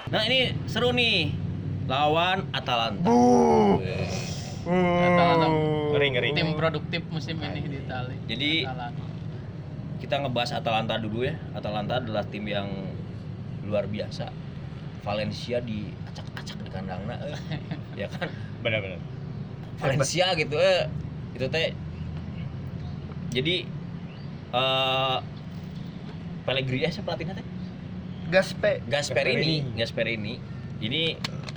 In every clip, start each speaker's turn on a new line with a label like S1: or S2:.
S1: Nah ini seru nih, lawan Atalanta.
S2: Atalanta
S3: Ngeri.
S2: tim produktif musim ini di Italia.
S1: Jadi
S2: Atalanta.
S1: kita ngebahas Atalanta dulu ya. Atalanta adalah tim yang luar biasa. Valencia diacak-acak di kandangna, ya kan?
S3: Benar-benar.
S1: Valencia gitu itu teh. Jadi Pellegrini siapa pelatihnya teh? Gasperini ini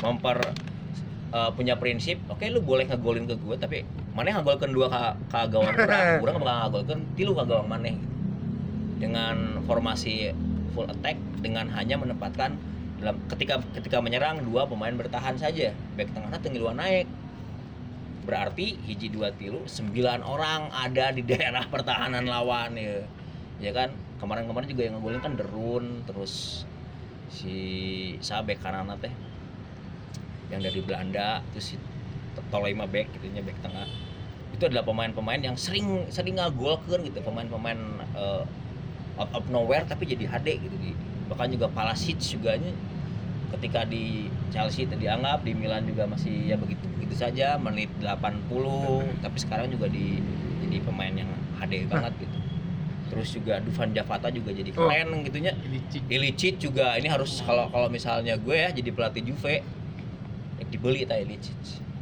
S1: punya prinsip, oke lu boleh ngegolin ke gue tapi mana ngagolkeun dua ka gawang urang bakal ngagolkeun 3 ka gawang maneh dengan formasi full attack dengan hanya menempatkan dalam ketika menyerang 2 pemain bertahan saja, back tengahnya teu ngiluan naik. Berarti 1 2 3 9 orang ada di daerah pertahanan lawan ya kan. Kemarin juga yang ngegolin kan Derun, terus si bek kanan teh yang dari Belanda, terus si Tolima bek gitunya, bek tengah. Itu adalah pemain-pemain yang sering ngagolkeun gitu, pemain-pemain out of nowhere tapi jadi HD gitu. Bahkan juga Pulisic juga ketika di Chelsea itu dianggap, di Milan juga masih ya begitu saja, menit 80, tapi sekarang juga jadi pemain yang HD banget gitu. Terus juga Dufan Zapata juga jadi keren gitunya. Ilicic juga ini harus kalau misalnya gue ya jadi pelatih Juve dibeli ta Ilicic.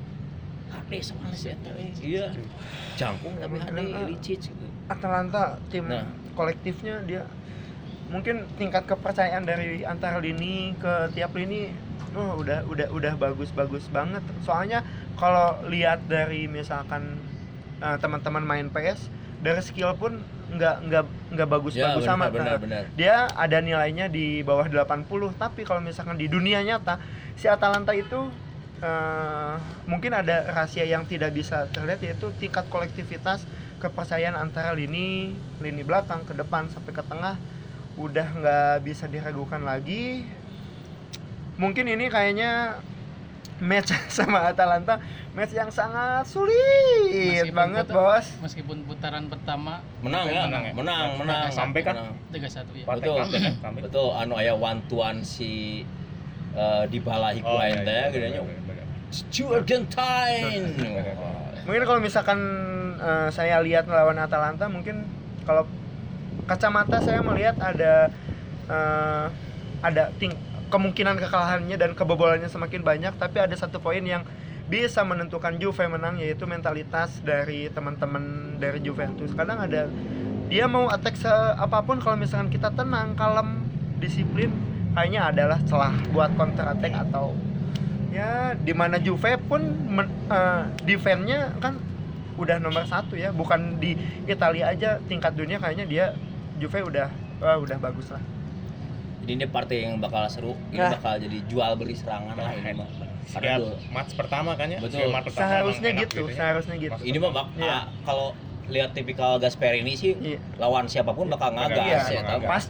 S1: HD soalnya sih iya. Jangkung tapi HD Ilicic gitu.
S4: Atalanta tim kolektifnya dia mungkin tingkat kepercayaan dari antar lini ke tiap lini udah bagus banget. Soalnya kalau lihat dari misalkan teman-teman main PS dari skill pun nggak bagus-bagus
S1: ya,
S4: amat.
S1: Benar.
S4: Dia ada nilainya di bawah 80, tapi kalau misalkan di dunia nyata si Atalanta itu mungkin ada rahasia yang tidak bisa terlihat, yaitu tingkat kolektivitas kepercayaan antara lini belakang ke depan sampai ke tengah udah nggak bisa diragukan lagi. Mungkin ini kayaknya match sama Atalanta match yang sangat sulit banget bos.
S2: Meskipun putaran pertama
S1: menang
S3: sampai kan
S2: 3-1 ya.
S1: Betul anu aya one-to-one si Dybala Higuain teh gedenya Argentine.
S4: Mungkin kalau misalkan saya lihat melawan Atalanta, mungkin kalau kacamata saya melihat ada kemungkinan kekalahannya dan kebobolannya semakin banyak, tapi ada satu poin yang bisa menentukan Juve menang, yaitu mentalitas dari teman-teman dari Juventus. Kadang ada dia mau attack apapun, kalau misalkan kita tenang, kalem, disiplin, kayaknya adalah celah buat counter attack atau ya di mana Juve pun defense-nya kan udah nomor 1 ya, bukan di Italia aja, tingkat dunia kayaknya dia Juve udah bagus lah.
S1: Jadi ini partai yang bakal seru, ini bakal jadi jual beli serangan lah ini mah.
S3: Karena match pertama kan ya.
S1: Betul.
S4: Seharusnya gitu.
S1: Ini mah kalau lihat tipikal Gasperini sih lawan siapapun bakal ngagas ya.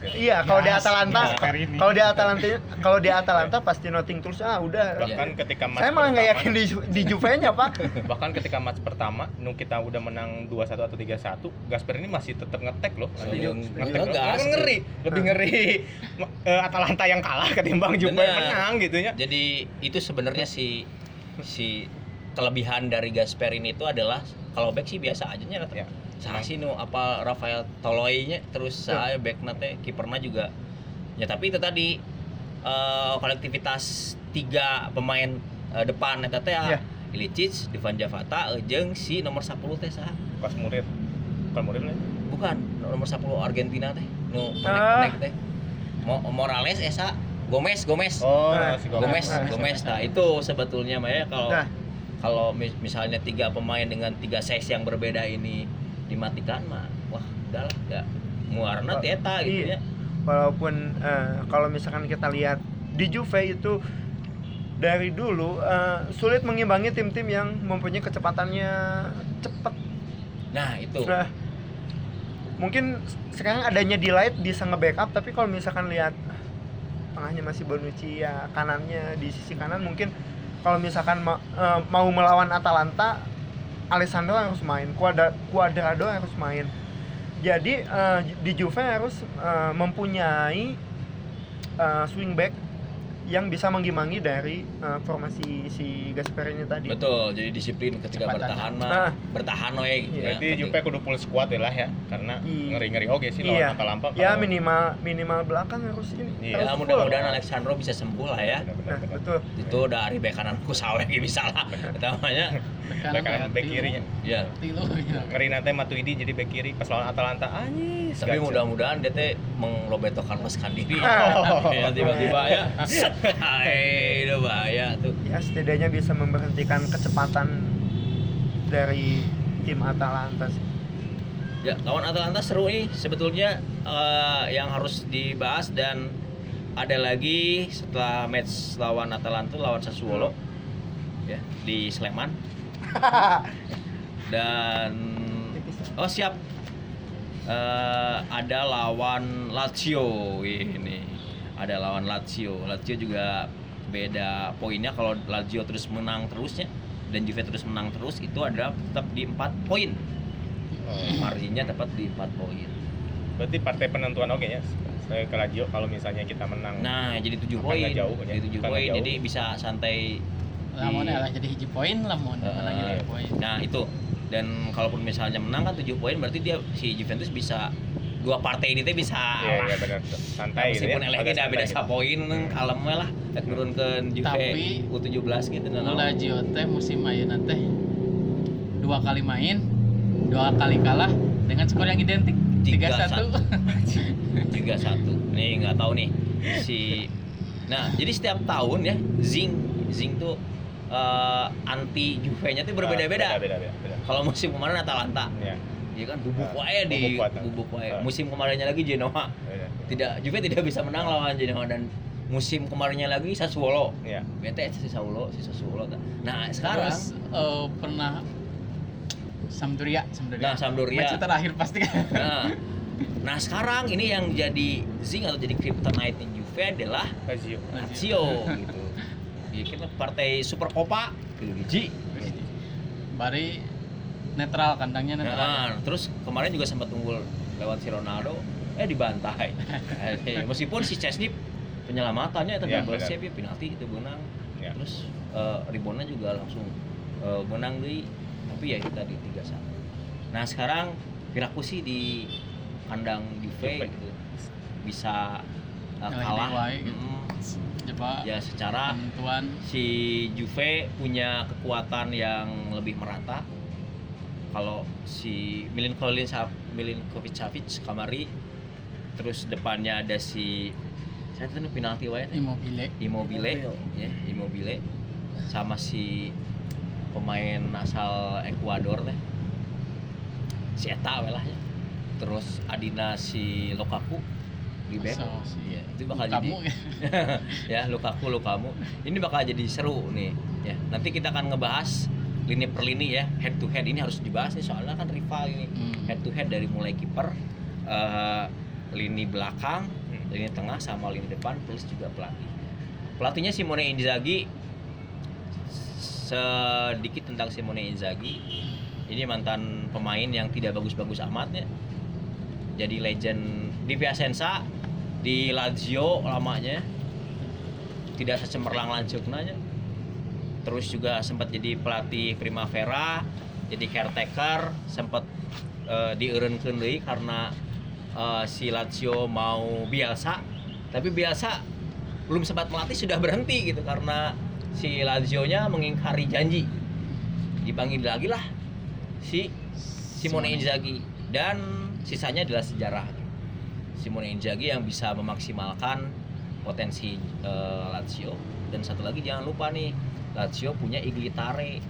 S4: Kalau di Atalanta pasti nothing tulus udah.
S3: Bahkan ketika match
S4: saya malah nggak yakin di Juve-nya Pak.
S3: Bahkan ketika match pertama kita udah menang 2-1 atau 3-1, Gasperini masih tetap ngetek loh. Lebih ngeri Atalanta yang kalah ketimbang Juve menang gitu ya.
S1: Jadi itu sebenarnya si kelebihan dari Gasperini itu adalah kalau back sih biasa aja nya ya. Rafael Toloi-nya terus saya back nate kiperna juga. Ya tapi itu tadi kolektivitas 3 pemain depan eta teh Ilicic, Dufan Zapata jeung si nomor 10 teh saha?
S3: Pas Murid. Bukan Murid nih.
S1: Bukan, nomor 10 Argentina teh. Nu connect teh. Morales esa Gomez. Gomez. Nah, itu sebetulnya Maya kalau misalnya 3 pemain dengan 3 size yang berbeda ini dimatikan mah wah udahlah ya muarna eta gitu ya.
S4: Walaupun kalau misalkan kita lihat di Juve itu dari dulu sulit mengimbangi tim-tim yang mempunyai kecepatannya cepat.
S1: Nah, itu.
S4: Mungkin sekarang adanya Delight bisa nge-backup, tapi kalau misalkan lihat tengahnya masih Bonucci ya, kanannya di sisi kanan mungkin kalau misalkan mau melawan Atalanta, Alessandro harus main, Cuadrado harus main. Jadi di Juve harus mempunyai swing back yang bisa mengimbangi dari formasi si Gasperini tadi.
S1: Betul, jadi disiplin ketika
S2: Kecepatan.
S1: bertahan
S4: Nah.
S1: mah bertahan we.
S4: Iya.
S3: Berarti Juve kudu full squad ya lah ya, karena
S4: Iya.
S3: ngeri-ngeri oke sih lawan
S4: Iya.
S3: Atalanta.
S4: Ya
S3: kalau-
S4: minimal belakang harus ini.
S3: Iya.
S1: Ya,
S4: harus full.
S1: mudah-mudahan Alexandro bisa sembuh lah ya.
S3: Benar,
S4: Nah,
S3: benar.
S4: betul.
S1: Itu dari bek kananku sawe bisa lah. Utamanya
S3: Bek kanan bek kirinya.
S1: ya.
S2: Tilu gitu.
S3: Ngeri nanti Matuidi jadi bek kiri pas lawan Atalanta. Anjis.
S1: Tapi
S3: gacor.
S1: mudah-mudahan dia teh mengrobeto Carloskan diri.
S3: Oh.
S1: Ya tiba-tiba ya. Set. Hai, itu bahaya tuh.
S4: Ya setidaknya bisa memberhentikan kecepatan dari tim Atalanta sih.
S1: Ya, lawan Atalanta seru nih sebetulnya yang harus dibahas dan ada lagi setelah match lawan Atalanta lawan Sassuolo ya di Sleman dan oh siap ada lawan Lazio ini ada lawan Lazio juga beda poinnya. Kalau Lazio terus menang terusnya dan Juve terus menang terus itu adalah tetap di 4 poin. Marginnya tepat di 4 poin.
S3: Berarti partai penentuan oke ya. Saya ke Lazio kalau misalnya kita menang.
S1: Nah, jadi 7
S3: Akan
S1: poin.
S3: nggak jauh, ya.
S1: Jadi 7
S3: Akan
S1: poin.
S3: nggak jauh.
S1: Jadi bisa santai.
S2: Lamun lah jadi hiji poin lamun lagi hiji poin.
S1: Nah, itu. Dan kalaupun misalnya menang kan 7 poin berarti dia si Juventus bisa 2 partai ini teh bisa
S3: Iya, iya benar. Santai gitu ya.
S1: meskipun eleh
S3: Agak
S1: beda beda
S3: santai
S1: sa poin kalem we lah nurunkeun Juve
S2: Tapi,
S1: U17 gitu nah.
S2: Lazio teh musim ayeuna teh 2 kali main, 2 kali kalah dengan skor yang identik 3-1.
S1: 3-1. Nih nggak tahu nih si. Nah, jadi setiap tahun ya Zing tuh anti Juve-nya tuh berbeda-beda.
S3: Beda.
S1: Kalau musim kemarin Atalanta,
S3: Iya.
S1: ya kan bubuk wae di bubuk wae. Musim kemarinnya lagi Genoa. Juve tidak bisa menang lawan Genoa dan musim kemarinnya lagi Sassuolo.
S3: Iya.
S1: Bete si Sassuolo. Nah, sekarang
S2: Terus pernah Sampdoria.
S1: Nah, Sampdoria.
S2: Match terakhir pasti kan.
S1: Nah, sekarang ini yang jadi Zing atau jadi kryptonite Juve adalah
S3: Lazio.
S1: Lazio gitu. Ya kita partai Super Copa gitu biji.
S2: Bari netral kandangnya netral.
S1: Nah, terus kemarin juga sempat unggul lewat si Ronaldo, dibantai. Meskipun si Chesney penyelamatannya tapi
S3: Ya,
S1: double
S3: benar.
S1: save ya penalti itu menang.
S3: Ya.
S1: Terus reboundnya juga langsung menang deui. Tapi ya itu tadi 3-1. Nah, sekarang piraku sih di kandang Juve gitu bisa kalah.
S2: Wae gitu. Coba
S1: Ya secara
S2: penentuan
S1: si Juve punya kekuatan yang lebih merata. Kalau si Milinkovic Savic Kamari, terus depannya ada si saya tuh penalti wae
S2: Immobile.
S1: Immobile sama si pemain asal Ekuador teh si Eta we lah ya. Terus adina si Lukaku di back.
S2: So, si
S1: Ya, itu bakal
S2: kamu
S1: jadi ya Lukaku. Ini bakal jadi seru nih ya. Nanti kita akan ngebahas lini per lini ya, head to head ini harus dibahas nih soalnya kan rival ini. Head to head dari mulai kiper, lini belakang, lini tengah sama lini depan plus juga pelatih. Pelatihnya Simone Inzaghi. Sedikit tentang Simone Inzaghi. Ini mantan pemain yang tidak bagus-bagus amat ya. Jadi legend di Piacenza, di Lazio lamanya. Tidak secemerlang lanjutnya. Terus juga sempat jadi pelatih Primavera, jadi caretaker, sempat dieureunkeun deui karena si Lazio mau Bielsa. Tapi Bielsa belum sempat melatih sudah berhenti gitu karena si Lazio-nya mengingkari janji. Dipanggil lagi lah si Simone Inzaghi dan sisanya adalah sejarah. Simone Inzaghi yang bisa memaksimalkan potensi Lazio dan satu lagi jangan lupa nih Lazio punya Iglitare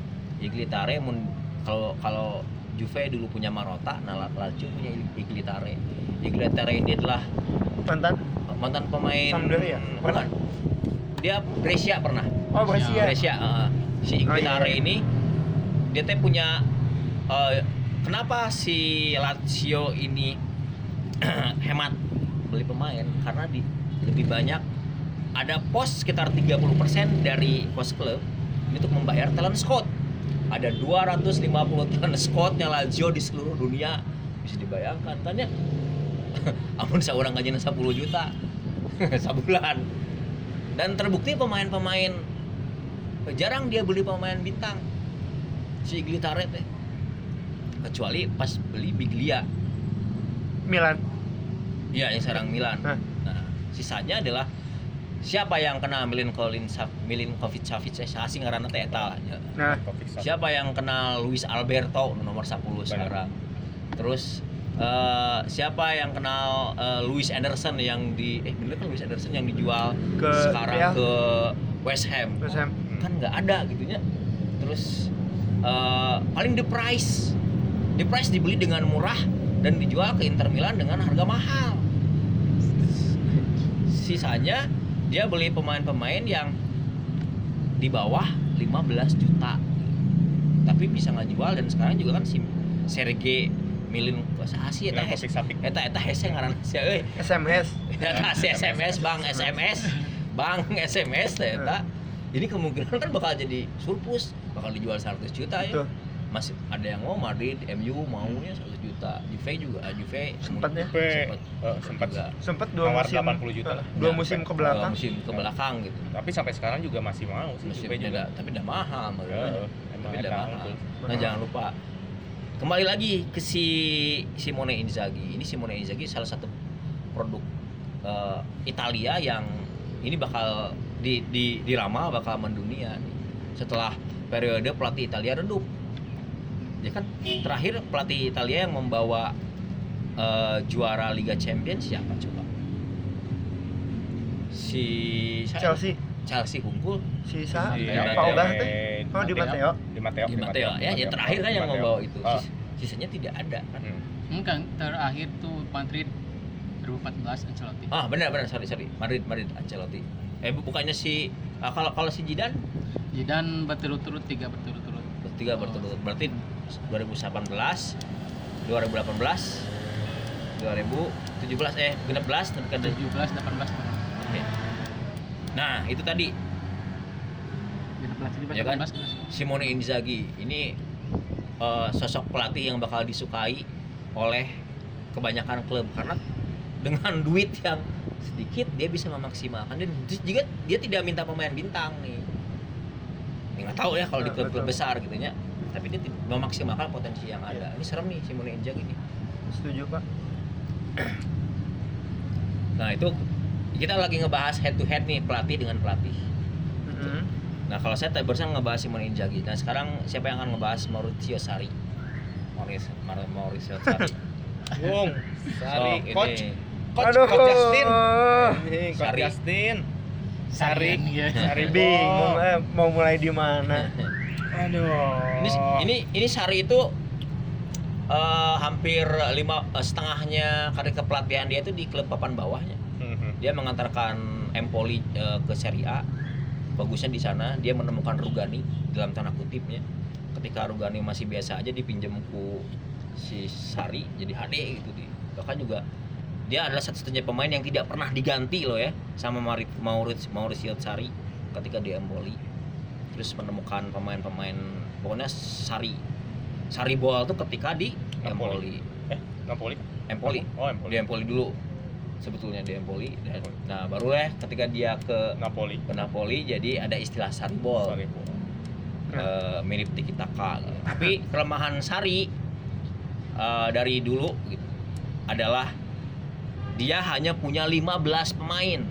S1: kalau Juve dulu punya Marotta, nah Lazio punya Iglitare ini adalah mantan pemain
S4: Sampdoria?
S1: bukan dia Brescia pernah
S4: Oh, Brescia.
S1: si Iglitare
S4: Oh, iya.
S1: ini dia teh punya kenapa si Lazio ini hemat beli pemain karena lebih banyak ada pos sekitar 30% dari pos klub ini untuk membayar talent scout. Ada 250 talent scoutnya Lazio di seluruh dunia, bisa dibayangkan kan ya. Amun seorang gajinya 10 juta sebulan. Dan terbukti pemain-pemain jarang dia beli pemain bintang. Si Iglitare teh. Kecuali pas beli Biglia.
S4: Milan.
S1: Iya, yang sekarang Milan.
S4: Hah.
S1: Nah, sisanya adalah siapa yang kenal Milinkovic-Savic asing ngaranna teh eta.
S4: Nah,
S1: Siapa yang kenal Luis Alberto nomor 10 sekarang. Terus siapa yang kenal Luis Anderson yang bener kan Luis Anderson yang dijual
S4: Ke
S1: sekarang
S4: Real.
S1: ke West Ham.
S4: West Ham.
S1: Kan nggak ada gitunya. Terus paling the price dibeli dengan murah dan dijual ke Inter Milan dengan harga mahal. Sisanya dia beli pemain-pemain yang di bawah 15 juta tapi bisa nggak jual. Dan sekarang juga kan si Sergei Milin sahasi eta hese ngaranna sia euy.
S4: SMS.
S1: Eta si SMS Bang SMS eta. Ini kemungkinan kan bakal jadi surplus, bakal dijual 100 juta ya.
S4: Betul.
S1: Masih ada yang mau Madrid, MU maunya 100 juta. Juve
S4: Sempat ya?
S3: sempat
S1: juga.
S4: Sempat 2
S3: Nawar
S4: musim
S3: 80 juta lah.
S4: dua musim ke belakang.
S1: Musim ke belakang gitu.
S3: Tapi sampai sekarang juga masih mau sih
S1: Musim
S3: Juve juga.
S1: tapi udah mahal menurut.
S3: Emang
S1: Tapi udah
S3: eta
S1: mahal.
S3: unggul.
S1: Nah, jangan lupa kembali lagi ke si Simone Inzaghi. Ini Simone Inzaghi salah satu produk Italia yang ini bakal diramal bakal mendunia nih. Setelah periode pelatih Italia redup. Dia kan terakhir pelatih Italia yang membawa juara Liga Champions siapa coba? Si Chelsea unggul.
S4: Sisa
S3: Iya,
S4: Pak Obah
S3: Matteo.
S4: teh. Oh, di Matteo.
S3: Di Matteo.
S1: Di Matteo ya, yang terakhir kan yang membawa itu.
S3: Oh.
S1: Sisanya tidak ada kan.
S2: Enggak, terakhir tuh Madrid 2014 Ancelotti.
S1: Ah, benar sorry. Madrid Ancelotti. Bukannya si kalau si Zidane
S2: Zidane berturut-turut 3 berturut-turut.
S1: ketiga berturut berarti 2018, 2018, 2017 genep 11 tapi kan
S2: 17 18.
S1: Oke. Nah, itu tadi
S2: 17
S1: Ya kan?
S2: 18.
S1: Simone Inzaghi ini sosok pelatih yang bakal disukai oleh kebanyakan klub karena dengan duit yang sedikit dia bisa memaksimalkan dan juga dia tidak minta pemain bintang nih. Ya, nggak tahu ya kalau di klub-klub
S4: Betul.
S1: besar gitu ya. Tapi dia memaksimalkan potensi yang ada. Ini serem nih Simone Inzaghi nih.
S4: Setuju, Pak.
S1: Nah, itu kita lagi ngebahas head to head nih pelatih dengan pelatih.
S4: Mm-hmm.
S1: Nah, kalau saya tadi barusan ngebahas Simone Inzaghi. Nah, sekarang siapa yang akan ngebahas Maurizio Sarri? Maurizio Sarri.
S3: Bung, Sari,
S1: So,
S3: coach
S1: ini
S3: Coach Justin. Coach
S1: Sari.
S3: Justin. Sari,
S2: Iya.
S3: Sari
S4: Bingung mau mulai di mana.
S3: Aduh.
S1: Ini Sarri itu hampir setengahnya karir kepelatihan dia itu di klub papan bawahnya. Dia mengantarkan Empoli ke Serie A. Bagusnya di sana dia menemukan Rugani dalam tanda kutipnya. Ketika Rugani masih biasa aja dipinjam ku si Sarri jadi HD gitu. Bahkan juga dia adalah satu-satunya pemain yang tidak pernah diganti loh ya sama Maurizio Sarri ketika di Empoli. Terus menemukan pemain-pemain pokoknya Sarri Ball tuh ketika di
S3: Napoli.
S1: Empoli.
S3: Napoli. Oh,
S1: Di
S3: Empoli.
S1: Empoli dulu sebetulnya di Empoli dan nah baru ya ketika dia ke Napoli jadi ada istilah Sarri Ball.
S3: Sari Ball.
S1: Mirip tiki taka. Tapi kelemahan Sarri dari dulu gitu adalah dia hanya punya 15 pemain.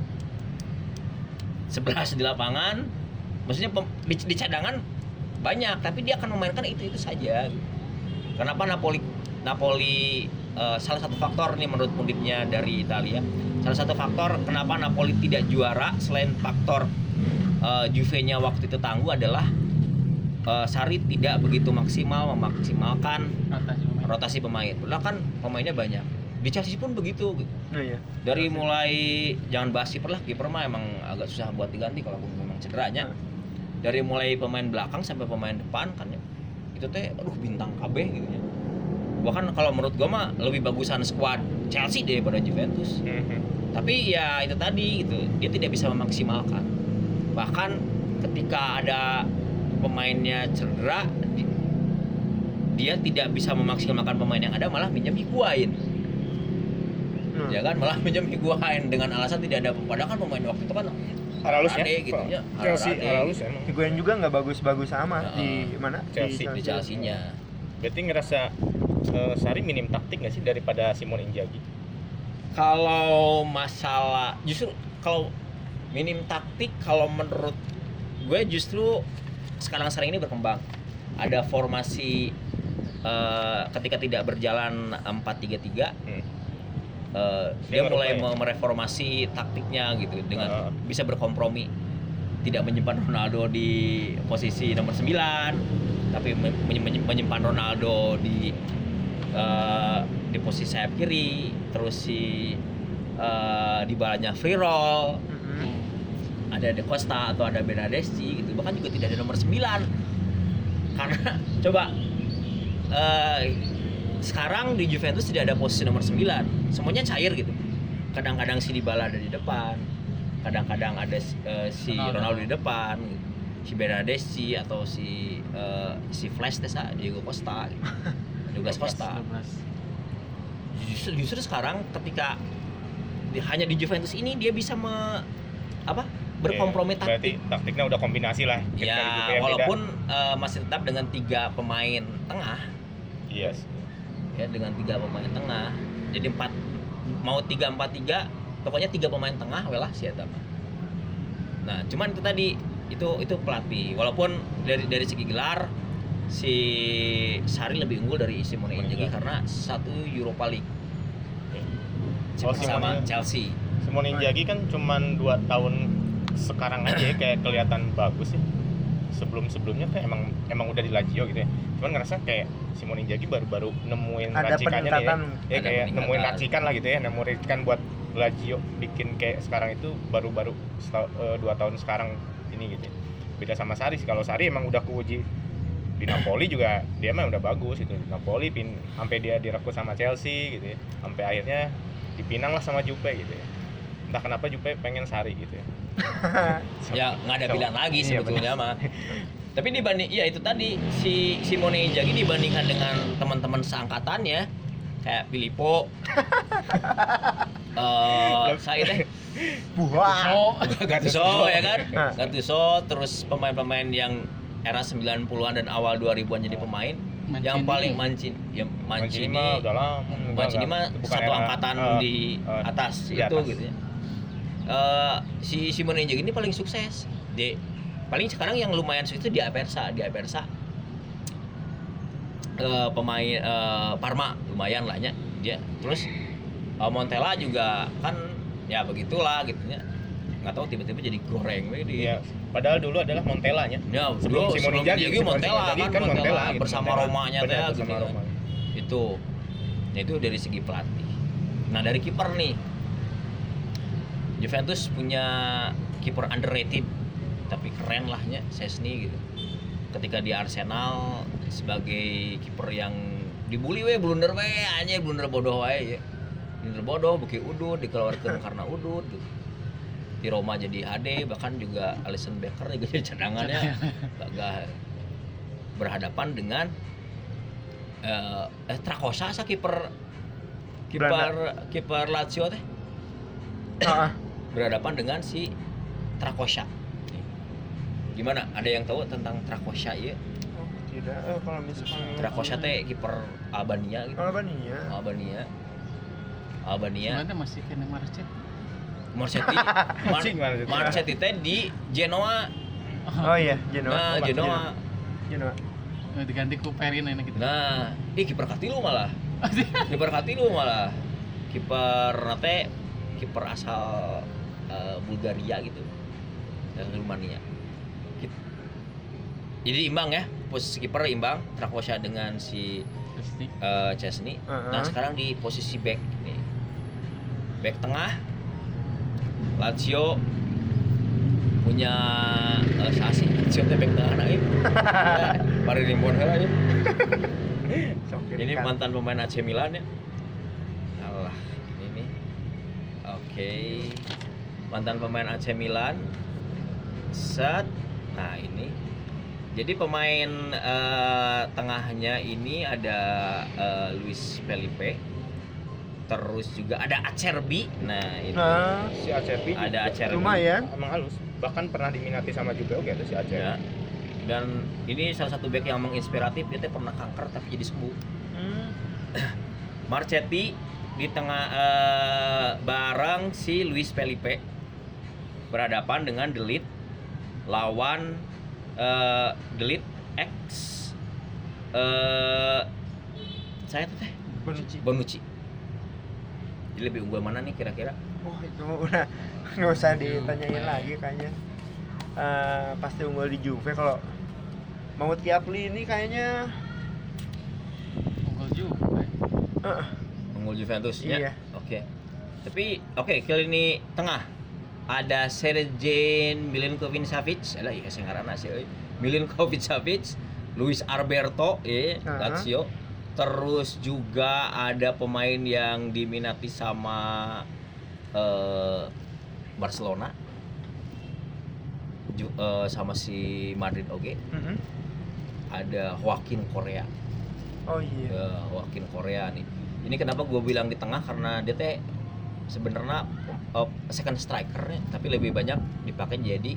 S1: 11 di lapangan. Maksudnya di cadangan banyak, tapi dia akan memainkan itu saja. Kenapa Napoli salah satu faktor nih menurut punditnya dari Italia. Salah satu faktor kenapa Napoli tidak juara selain faktor Juve-nya waktu itu tangguh adalah Sarri tidak begitu memaksimalkan rotasi pemain. Padahal kan pemainnya banyak. Di Chelsea pun begitu gitu.
S4: Oh, iya.
S1: Dari mulai jangan bahas kiper lah, kiper mah emang agak susah buat diganti kalau memang cederanya. Dari mulai pemain belakang sampai pemain depan kan ya. Itu teh aduh bintang KB gitu ya. Bahkan kalau menurut gua mah lebih bagusan skuad Chelsea daripada Juventus. Tapi ya itu tadi gitu, dia tidak bisa memaksimalkan. Bahkan ketika ada pemainnya cedera dia tidak bisa memaksimalkan pemain yang ada malah minjem Higuain. Ya kan, malah minjem Higuain dengan alasan tidak ada, padahal kan pemain waktu itu kan
S3: Halus ya.
S1: Ade gitu ya.
S3: Chelsea
S1: Ade.
S3: halus emang.
S4: Higuain juga nggak bagus-bagus amat di mana?
S3: Chelsea.
S1: Di Chelsea-nya.
S3: Berarti ngerasa Sarri minim taktik nggak sih daripada Simone Inzaghi?
S1: Kalau masalah justru kalau minim taktik, kalau menurut gue justru sekarang ini berkembang. Ada formasi ketika tidak berjalan 4-3-3, dia mulai mereformasi taktiknya gitu dengan bisa berkompromi, tidak menyimpan Ronaldo di posisi nomor 9, tapi menyimpan Ronaldo di posisi sayap kiri, terus si Dybalanya free roll, ada De Costa atau ada Bernardeschi gitu, bahkan juga tidak ada nomor 9 karena coba sekarang di Juventus tidak ada posisi nomor 9, semuanya cair gitu. Kadang-kadang si Dybala ada di depan, kadang-kadang ada si Ronaldo di depan, si Bernardeschi atau si Flash Tesa, Diego Costa, Douglas Costa. Justru sekarang ketika hanya di Juventus ini dia bisa berkompromi taktik.
S3: Berarti taktiknya udah kombinasi lah.
S1: Ya, walaupun masih tetap dengan 3 pemain tengah.
S3: Yes.
S1: Ya, dengan 3 pemain tengah. Jadi 3-4-3, pokoknya 3 pemain tengah welah si eta mah. Nah, cuman itu tadi itu pelatih. Walaupun dari segi gelar si Sarri lebih unggul dari Simone Inzaghi karena 1 Europa League. Sama Chelsea.
S3: Simone Inzaghi kan cuman 2 tahun sekarang aja ya kayak kelihatan bagus sih. Sebelum-sebelumnya kan emang udah di Lazio gitu ya. Cuman ngerasa kayak Simone Inzaghi baru nemuin racikannya nih ya. Ya kayak nemuin racikan lah gitu ya, nemuin racikan buat Lazio bikin kayak sekarang itu baru 2 tahun sekarang ini gitu. Beda sama Sarri sih. Kalau Sarri emang udah keuji di Napoli juga dia emang udah bagus itu. Di Napoli sampai dia direkrut sama Chelsea gitu ya. Sampai akhirnya dipinang lah sama Juve gitu ya. Entah kenapa Juve pengen Sarri gitu ya.
S1: Ya nggak ada pilihan lagi sebetulnya mah. Tapi dibanding ya itu tadi si Simone Inzaghi dibandingkan dengan teman-teman seangkatannya kayak Filippo, saya teh Gattuso ya kan, Gattuso, terus pemain-pemain yang era 90-an dan awal 2000-an jadi pemain. Yang paling Mancini mah satu angkatan di atas itu
S3: atas.
S1: gitu ya. Si Simone Inzaghi ini paling sukses. Paling sekarang yang lumayan sukses itu di Aversa. Pemain Parma lumayan lah nya dia. Terus Montella juga kan ya begitulah gitu ya. Nggak tahu tiba-tiba jadi goreng we di.
S3: Iya. Padahal dulu adalah Montellanya.
S1: Ya,
S3: sebelum Simone Inzaghi
S1: Montella
S3: gitu,
S1: bersama Romanya teh gitu.
S3: Roma.
S1: Itu dari segi pelatih. Nah, dari kiper nih. Juventus punya kiper underrated tapi keren lahnya Szczęsny gitu. Ketika di Arsenal sebagai kiper yang dibully blunder anjir, blunder bodoh ya. Blunder bodoh bukti udut dikeluarkan karena udut gitu. Di Roma jadi HD, bahkan juga Alisson Becker juga jadi cadangannya agak berhadapan dengan Trakosa kiper Lazio teh. Berhadapan dengan si Trakosa. Gimana? Ada yang tahu tentang Trakosa ya?
S4: Oh, tidak. Kalau misalkan
S1: Trakosa teh kiper Albania gitu. Albania.
S2: Mana masih kena
S1: Marchetti teh di Genoa.
S4: Oh iya, Genoa.
S1: Nah, Genoa.
S2: Diganti ku Perin enak gitu.
S1: Nah, kiper katilu malah. Kiper nate kiper asal Bulgaria gitu. Dan Rumania. Jadi imbang ya, posisi kiper imbang, Trakosa dengan si Szczęsny. Nah, sekarang di posisi back nih. Back tengah Lazio punya Lazio teh back tengah naik. Pari rimbon heula ya. Ini mantan pemain AC Milan ya. Alah, ini nih. Oke. Mantan pemain AC Milan. Nah, ini. Jadi pemain tengahnya ini ada Luis Felipe. Terus juga ada Acerbi. Nah, itu.
S4: Nah,
S3: Si Acerbi
S1: Ada Acerbi.
S4: lumayan.
S3: emang halus. Bahkan pernah diminati sama Juve oke ada si Acerbi.
S1: Ya. Dan ini salah satu back yang menginspiratif, dia teh pernah kanker tapi jadi sembuh. Marchetti di tengah bareng si Luis Felipe berhadapan dengan Delit lawan Delit X saya tuh teh Bonucci. Jadi lebih unggul mana nih kira-kira?
S4: Wah itu udah nggak usah ditanyain lagi kayaknya. Pasti unggul di Juve. Kalau Mahmoud Kiyapli ini kayaknya
S2: Unggul juga.
S1: Unggul Juventus
S4: Iya.
S1: ya. Oke. Tapi kali ini tengah ada Sergein Milinkovic-Savic, alah iya sing ngaranna sih euy. Milinkovic-Savic, Luis Alberto Lazio. Terus juga ada pemain yang diminati sama Barcelona. Sama si Madrid oke. Ada Joaquin Correa.
S4: Oh iya.
S1: Joaquin Correa nih. Ini kenapa gue bilang di tengah karena dia teh sebenarnya second striker tapi lebih banyak dipakai jadi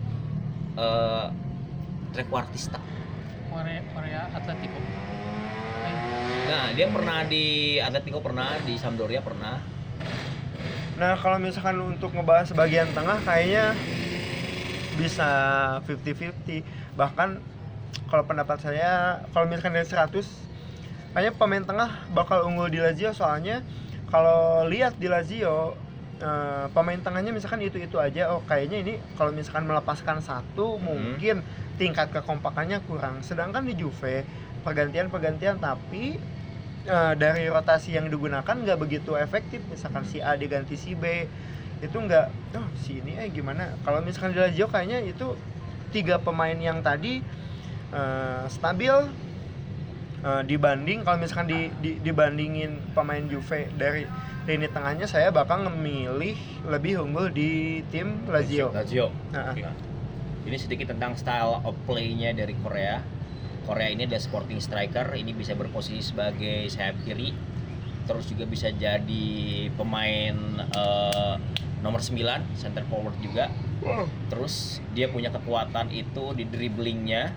S1: trequartista.
S2: Korea Atletico.
S1: Nah, dia pernah di Atletico, pernah di Sampdoria, pernah.
S4: Nah kalau misalkan untuk ngebahas bagian tengah kayaknya bisa 50-50. Bahkan kalau pendapat saya, kalau misalkan dari 100 kayaknya pemain tengah bakal unggul di Lazio. Soalnya kalau lihat di Lazio pemain tengahnya misalkan itu aja, oh kayaknya ini kalau misalkan melepaskan satu mungkin tingkat kekompakannya kurang. Sedangkan di Juve pergantian tapi dari rotasi yang digunakan nggak begitu efektif. Misalkan si A diganti si B itu nggak, si ini gimana. Kalau misalkan di Lazio kayaknya itu 3 pemain yang tadi stabil dibanding kalau misalkan dibandingin pemain Juve dari lini tengahnya, saya bakal memilih lebih unggul di tim Lazio.
S1: Nah, ini sedikit tentang style of play-nya dari Korea. Korea ini ada sporting striker, ini bisa berposisi sebagai sayap kiri, terus juga bisa jadi pemain nomor 9, center forward juga. Terus dia punya kekuatan itu di dribblingnya,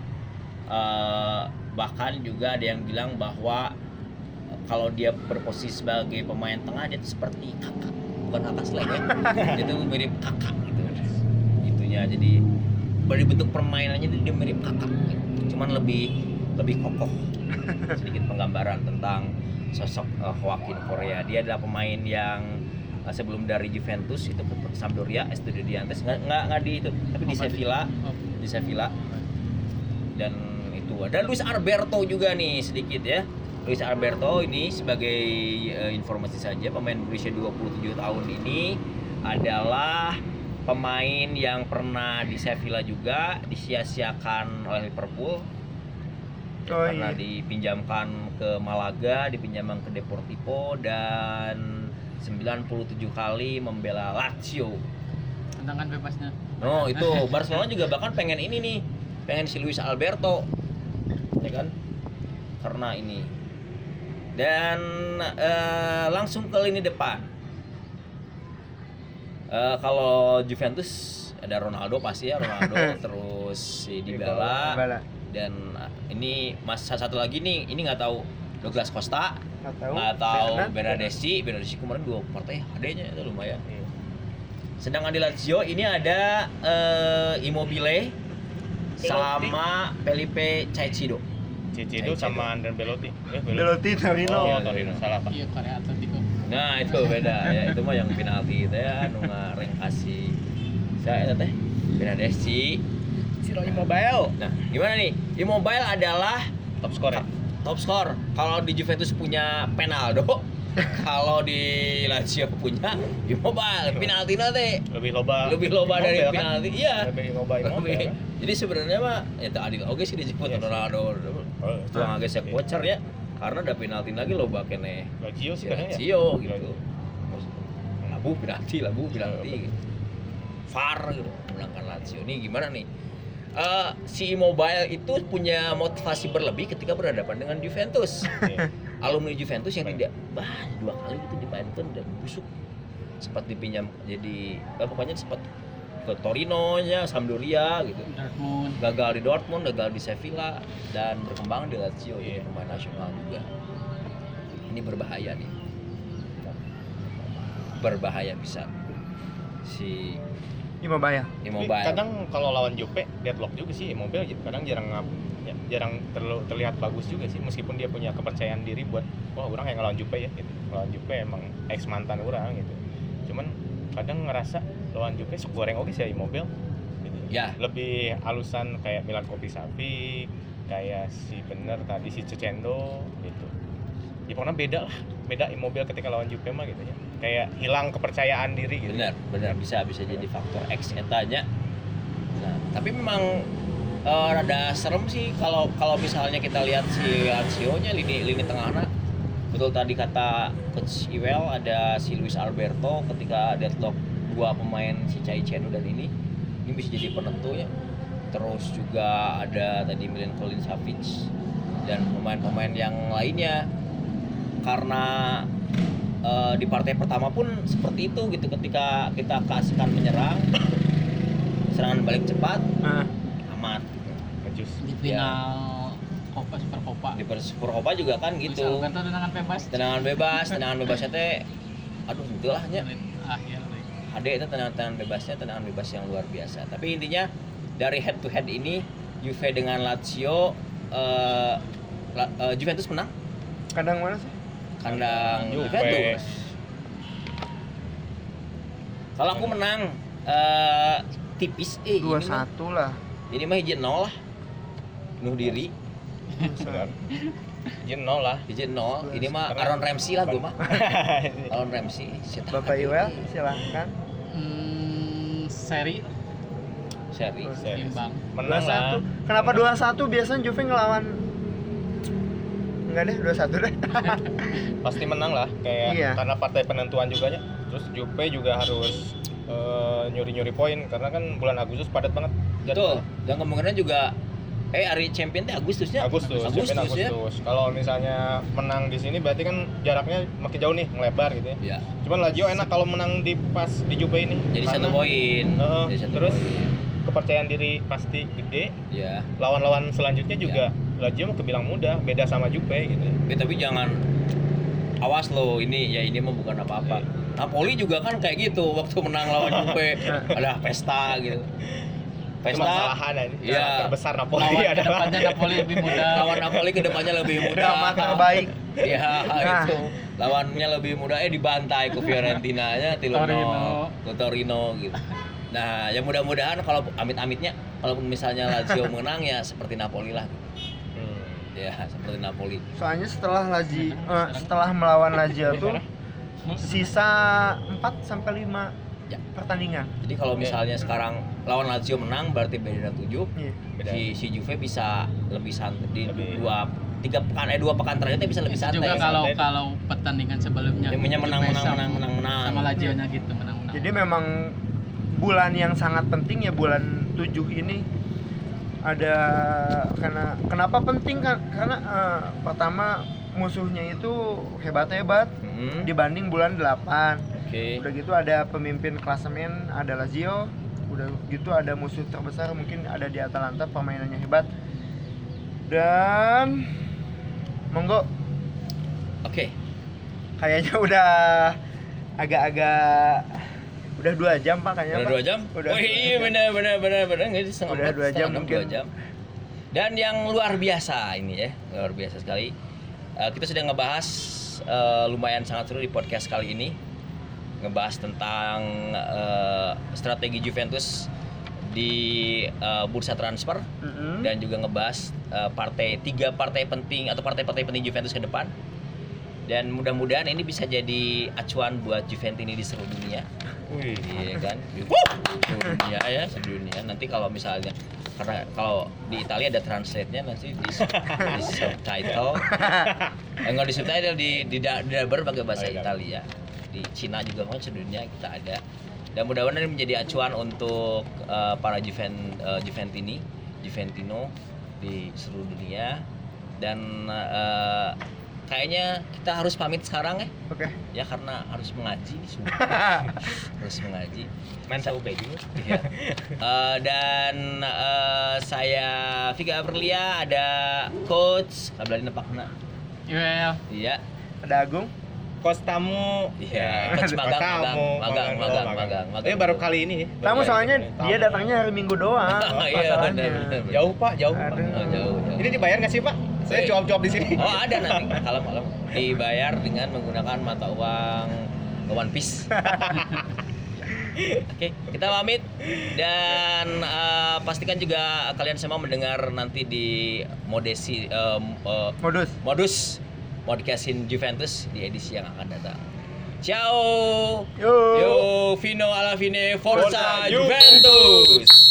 S1: bahkan juga ada yang bilang bahwa kalau dia berposisi sebagai pemain tengah dia seperti kakak, bukan kakak Sleng ya, dia tuh mirip kakak gitu, itunya. Jadi dari bentuk permainannya dia mirip kakak, cuman lebih kokoh. Sedikit penggambaran tentang sosok Joaquin Correa. Dia adalah pemain yang sebelum dari Juventus itu ke Sampdoria, Estudiantes, nggak di itu, tapi di Sevilla. Dan itu ada Luis Alberto juga nih sedikit ya. Luis Alberto ini sebagai informasi saja, pemain berusia 27 tahun ini adalah pemain yang pernah di Sevilla juga, disia-siakan oleh Liverpool. Karena dipinjamkan ke Malaga, dipinjamkan ke Deportivo, dan 97 kali membela Lazio.
S2: Tendangan bebasnya.
S1: No, itu Barcelona juga bahkan pengen ini nih, pengen si Luis Alberto, ya kan? Karena ini. Dan langsung ke lini depan. Kalau Juventus ada Ronaldo pasti ya, Ronaldo terus si Dybala. Dan ini satu lagi nih, ini nggak tahu Douglas Costa, nggak tahu Bernardeschi kemarin 2 partai adanya itu lumayan. Sedangkan di Lazio ini ada Immobile sama Felipe Caicedo
S3: sama Andrea Belotti.
S4: Torino.
S3: Oh, Torino, salah Pak.
S2: Iya, Korea Atletico.
S1: Nah itu beda ya, itu mah yang penalti itu ya, nu ngareng kasih saya teh Bernardeschi.
S3: Ciro Immobile.
S1: Nah, gimana nih? Immobile adalah
S3: Top skor ya?
S1: top skor. Kalau di Juventus punya Penaldo, kalau di Lazio punya Immobile. Penalti nanti
S3: Lebih loba
S1: dari
S3: Immobile,
S1: penalti.
S3: Kan?
S1: Iya.
S3: Lebih loba Immobile. Kan?
S1: Jadi sebenarnya mah itu adil oke sih disebut Ronaldo. Itu agak voucher ya. Karena ada penalti lagi loba kene.
S3: Lazio sih kayaknya.
S1: Lazio gitu. Labu penalti. VAR gitu menangkan Lazio. Nih gimana nih? Si Immobile itu punya motivasi berlebih ketika berhadapan dengan Juventus. alumni Juventus yang tidak dua kali itu dimainkan dan busuk, sempat dipinjam jadi pokoknya sempat ke Torino nya, Sampdoria gitu,
S2: Dortmund.
S1: gagal di Dortmund, gagal di Sevilla, dan berkembang di Lazio jadi pemain nasional juga. Ini berbahaya nih, berbahaya bisa si
S4: Immobile.
S1: Immobile.
S3: Kadang kalau lawan Juve deadlock juga sih Immobile gitu. Kadang jarang terlihat bagus juga sih, meskipun dia punya kepercayaan diri buat orang yang ngelawan Juve ya gitu. Lawan Juve emang ex mantan orang gitu. Cuman kadang ngerasa lawan Juve sok goreng oke sih Immobile gitu.
S1: Ya.
S3: Lebih halusan kayak Milan Kopi-Savic, kayak si bener tadi si Cecendo gitu. Ya pokoknya beda Immobile ketika lawan Juve mah gitu ya. Kayak hilang kepercayaan diri gitu.
S1: Benar bisa jadi faktor X etanya. Nah, tapi memang rada serem sih kalau misalnya kita lihat si Lazio-nya lini tengahnya. Betul tadi kata Coach Iwel, ada si Luis Alberto ketika deadlock dua pemain si Caicedo dan ini bisa jadi penentunya. Terus juga ada tadi Milinkovic Savic dan pemain-pemain yang lainnya. Karena di partai pertama pun seperti itu gitu, ketika kita keasikan menyerang, serangan balik cepat, amat gitu.
S3: Ngejus.
S2: Di final Copa Super Copa.
S1: Di Super Copa juga kan gitu.
S2: Alberto tendangan
S1: bebasnya teh aduh itulah nya.
S2: Akhir.
S1: Ada itu tendangan bebas yang luar biasa. Tapi intinya dari head to head ini Juve dengan Lazio, Juventus menang.
S4: Kandang mana sih?
S1: Kandang
S3: Juve.
S1: Juventus. Kalau aku menang tipis
S4: 2-1 lah.
S1: Ini mah hiji 0 lah. Bunuh diri.
S3: Benar. Jeno lah.
S1: Hiji 0. Ini mah Aaron Ramsey lah gua mah. Aaron Ramsey.
S4: Bapak Iwel silahkan.
S2: Seri imbang.
S3: Menang lah.
S4: 2-1. Kenapa 2-1? Biasanya Juve ngelawan enggak deh, 2-1 deh.
S3: Pasti menang lah kayak
S4: Iya.
S3: karena partai penentuan juga nya. Terus Juve juga harus nyuri poin karena kan bulan Agustus padat banget.
S1: Betul. Dan kemungkinan juga hari champion teh Agustusnya.
S3: Agustus
S1: ya.
S3: Kalau misalnya menang di sini berarti kan jaraknya makin jauh nih, ngelebar gitu ya.
S1: Ya.
S3: Cuman Lazio enak kalau menang di Juve ini.
S1: Jadi
S3: Karena,
S1: 1 poin. Jadi 1
S3: terus
S1: poin.
S3: kepercayaan diri pasti gede.
S1: Ya.
S3: Lawan-lawan selanjutnya juga Lazio mah kebilang mudah, beda sama Juve gitu.
S1: Tapi jangan awas lo, ini mah bukan apa-apa. Napoli juga kan kayak gitu waktu menang lawan Juve ada pesta gitu.
S3: Itu masalahan aja.
S1: Iya.
S3: Terbesar Napoli
S2: Lawan
S3: adalah
S2: kedepannya Napoli lebih mudah.
S1: Lawan Napoli kedepannya lebih mudah.
S4: Drama terbaik.
S1: Iya,
S4: Nah.
S1: itu. Lawannya lebih mudah dibantai ke Fiorentina-nya Torino gitu. Nah, ya mudah-mudahan kalau amit-amitnya kalaupun misalnya Lazio menang ya seperti Napoli lah. Ya, seperti Napoli.
S4: Soalnya setelah melawan Lazio tuh sisa 4-5
S1: Ya.
S4: pertandingan.
S1: Jadi kalau misalnya sekarang lawan Lazio menang berarti beda 7.
S4: Iya.
S3: Beda.
S1: Si Juve bisa lebih santai di
S3: Lebih.
S1: 2 pekan terakhirnya bisa lebih santai.
S2: Juga kalau pertandingan sebelumnya
S1: Yang menang.
S2: sama Lazio-nya gitu menang.
S4: Jadi memang bulan yang sangat penting ya, bulan 7 ini ada kenapa penting kan? Karena pertama musuhnya itu hebat-hebat dibanding bulan 8.
S1: Oke.
S4: Udah gitu ada pemimpin klasemen, ada Lazio. Udah gitu ada musuh terbesar mungkin ada di Atalanta, permainannya hebat. Dan monggo.
S1: Oke.
S4: Kayaknya udah agak-agak udah 2 jam Pak kayaknya.
S1: Udah
S4: Pak.
S1: 2 jam?
S4: Udah.
S1: Oh iya benar nggak sih setengah
S4: Udah
S1: 4,
S4: 2 jam
S1: setengah 6,
S4: mungkin.
S1: 2 jam. Dan yang luar biasa ini ya, luar biasa sekali. Kita sudah ngebahas lumayan sangat seru di podcast kali ini. Ngebahas tentang strategi Juventus di bursa transfer dan juga ngebahas 3 partai penting atau partai-partai penting Juventus ke depan. Dan mudah-mudahan ini bisa jadi acuan buat Juventus ini di seluruh dunia.
S3: Wih.
S1: Iya kan? Seluruh dunia ya, seluruh dunia. Nanti kalau misalnya karena kalau di Italia ada translate-nya nanti di subtitle. Enggak di subtitle di berbagai bahasa Italia. Di Cina juga kan sedunia kita ada. Dan mudah-mudahan ini menjadi acuan untuk para Juventino di seluruh dunia. Dan kayaknya kita harus pamit sekarang ya.
S4: Oke.
S1: Ya karena harus mengaji nih semua. Harus mengaji.
S3: Main UB juga.
S1: Iya. Dan saya Vika Aprilia, ada coach Kablani Nepakna.
S2: Iya.
S1: Iya.
S4: Ada Agung.
S3: Kos tamu.
S1: Iya, coach magang.
S3: Tapi baru kali ini.
S4: Tamu soalnya
S3: Tamu.
S4: dia datangnya hari Minggu doang.
S1: Iya,
S4: masalahnya.
S1: benar.
S3: Jauh Pak, jauh Pak.
S4: Aduh.
S1: Oh, jauh.
S3: Ini dibayar nggak sih Pak? Saya jawab-jawab di sini.
S1: Oh, ada nanti malam-malam dibayar dengan menggunakan mata uang One Piece. Oke, kita pamit dan pastikan juga kalian semua mendengar nanti di modus podcastin Juventus di edisi yang akan datang. Ciao.
S4: Yo.
S1: Yo, Vino alla fine, Forza Juventus.